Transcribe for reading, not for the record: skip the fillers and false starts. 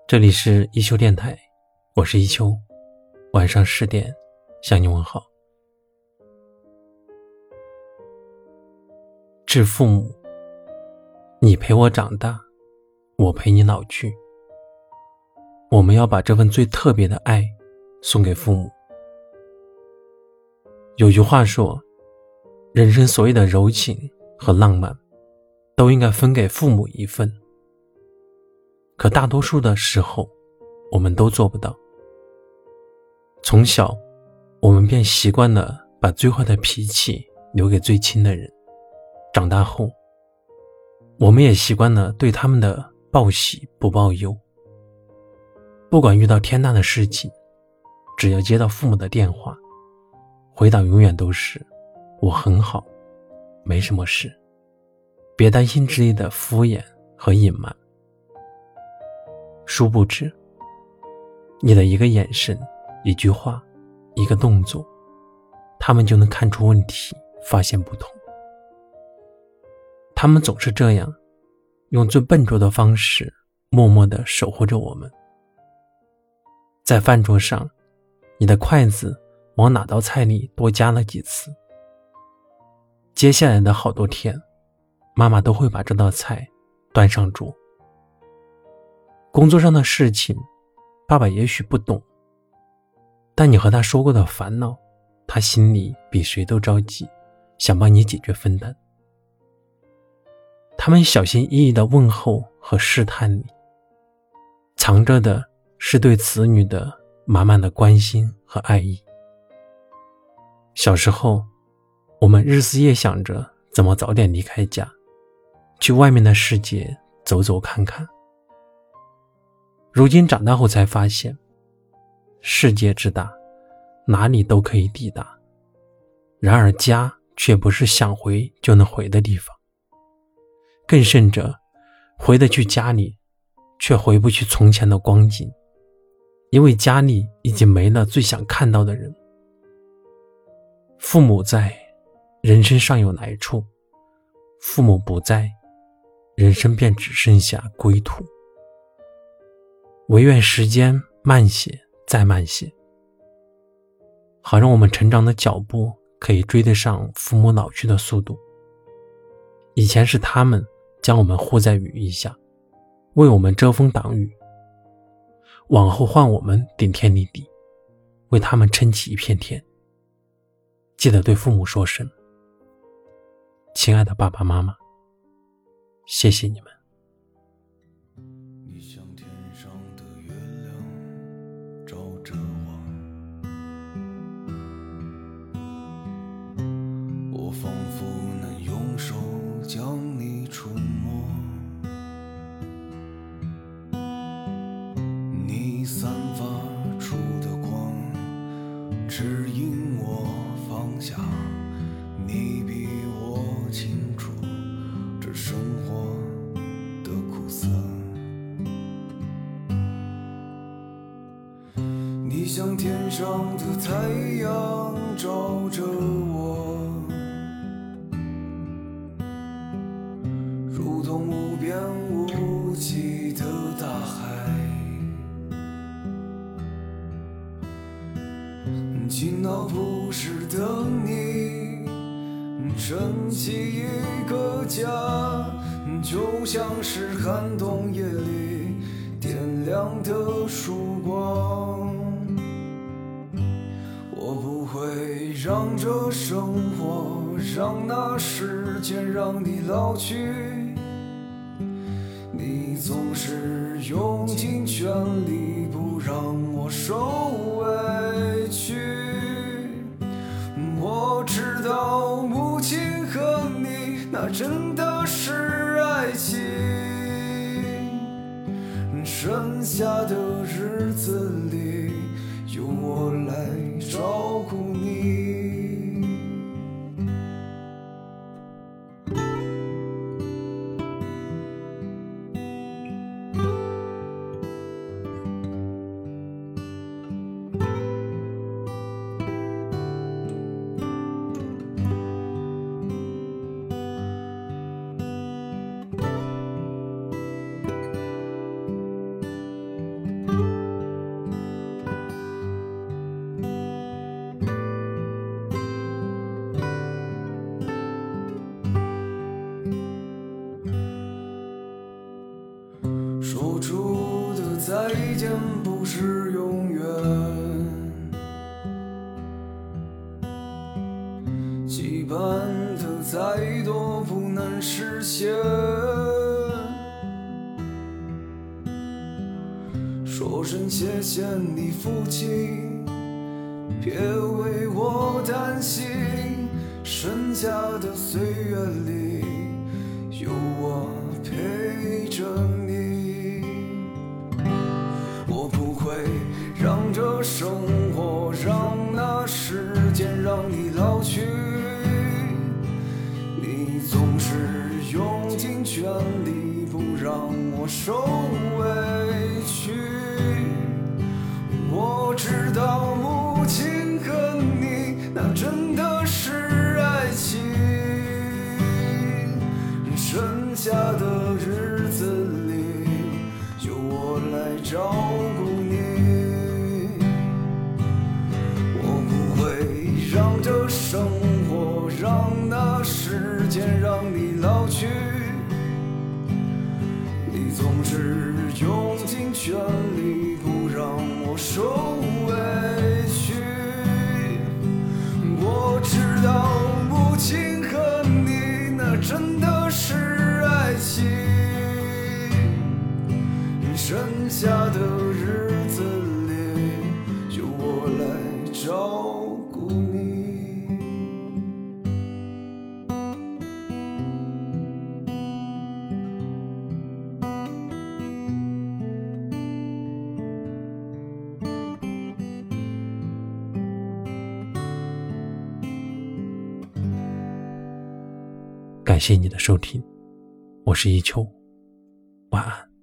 这里是一休电台，我是一休，晚上10点向你问好。致父母，你陪我长大，我陪你老去。我们要把这份最特别的爱送给父母。有句话说，人生所有的柔情和浪漫都应该分给父母一份，可大多数的时候我们都做不到。从小我们便习惯了把最坏的脾气留给最亲的人，长大后我们也习惯了对他们的报喜不报忧。不管遇到天大的事情，只要接到父母的电话，回答永远都是我很好，没什么事，别担心之类的敷衍和隐瞒。殊不知，你的一个眼神，一句话，一个动作，他们就能看出问题，发现不同。他们总是这样，用最笨拙的方式默默地守护着我们。在饭桌上，你的筷子往哪道菜里多加了几次，接下来的好多天，妈妈都会把这道菜端上桌。工作上的事情，爸爸也许不懂，但你和他说过的烦恼，他心里比谁都着急，想帮你解决分担。他们小心翼翼的问候和试探你，藏着的是对子女的满满的关心和爱意。小时候，我们日思夜想着怎么早点离开家，去外面的世界走走看看。如今长大后才发现，世界之大，哪里都可以抵达。然而家却不是想回就能回的地方。更甚者，回得去家里，却回不去从前的光景，因为家里已经没了最想看到的人。父母在，人生尚有来处；父母不在，人生便只剩下归途。唯愿时间慢些，再慢些，好让我们成长的脚步可以追得上父母老去的速度。以前是他们将我们护在羽翼下，为我们遮风挡雨，往后换我们顶天立地，为他们撑起一片天。记得对父母说声，亲爱的爸爸妈妈，谢谢你们。 你像天上的月亮照着我仿佛能用手将你触摸，你散发出的光指引我放下，你比我清楚这生活的苦涩。你像天上的太阳照着我，如同无边无际的大海，倾倒朴实的你撑起一个家，就像是寒冬夜里点亮的曙光。我不会让这生活，让那时间让你老去，你总是用尽全力不让我受委屈。我知道母亲和你那真的是爱情，剩下的日子里由我来照顾你。 说出的再见不是永远，期盼的再多不能实现，说声谢谢你父亲，别为我担心，剩下的岁月里有我陪着你。我不会让这生活，让那时间让你老去，你总是用尽全力不让我受委屈。我知道母亲和你那真的是爱情，剩下的日子里由我来照顾你。我不会让这生活，让那时间让你老去，你总是用尽全力不让我受委屈。我知道母亲和你那真的是爱情，剩下的日子里由我来照顾你。 感谢你的收听，我是一秋，晚安。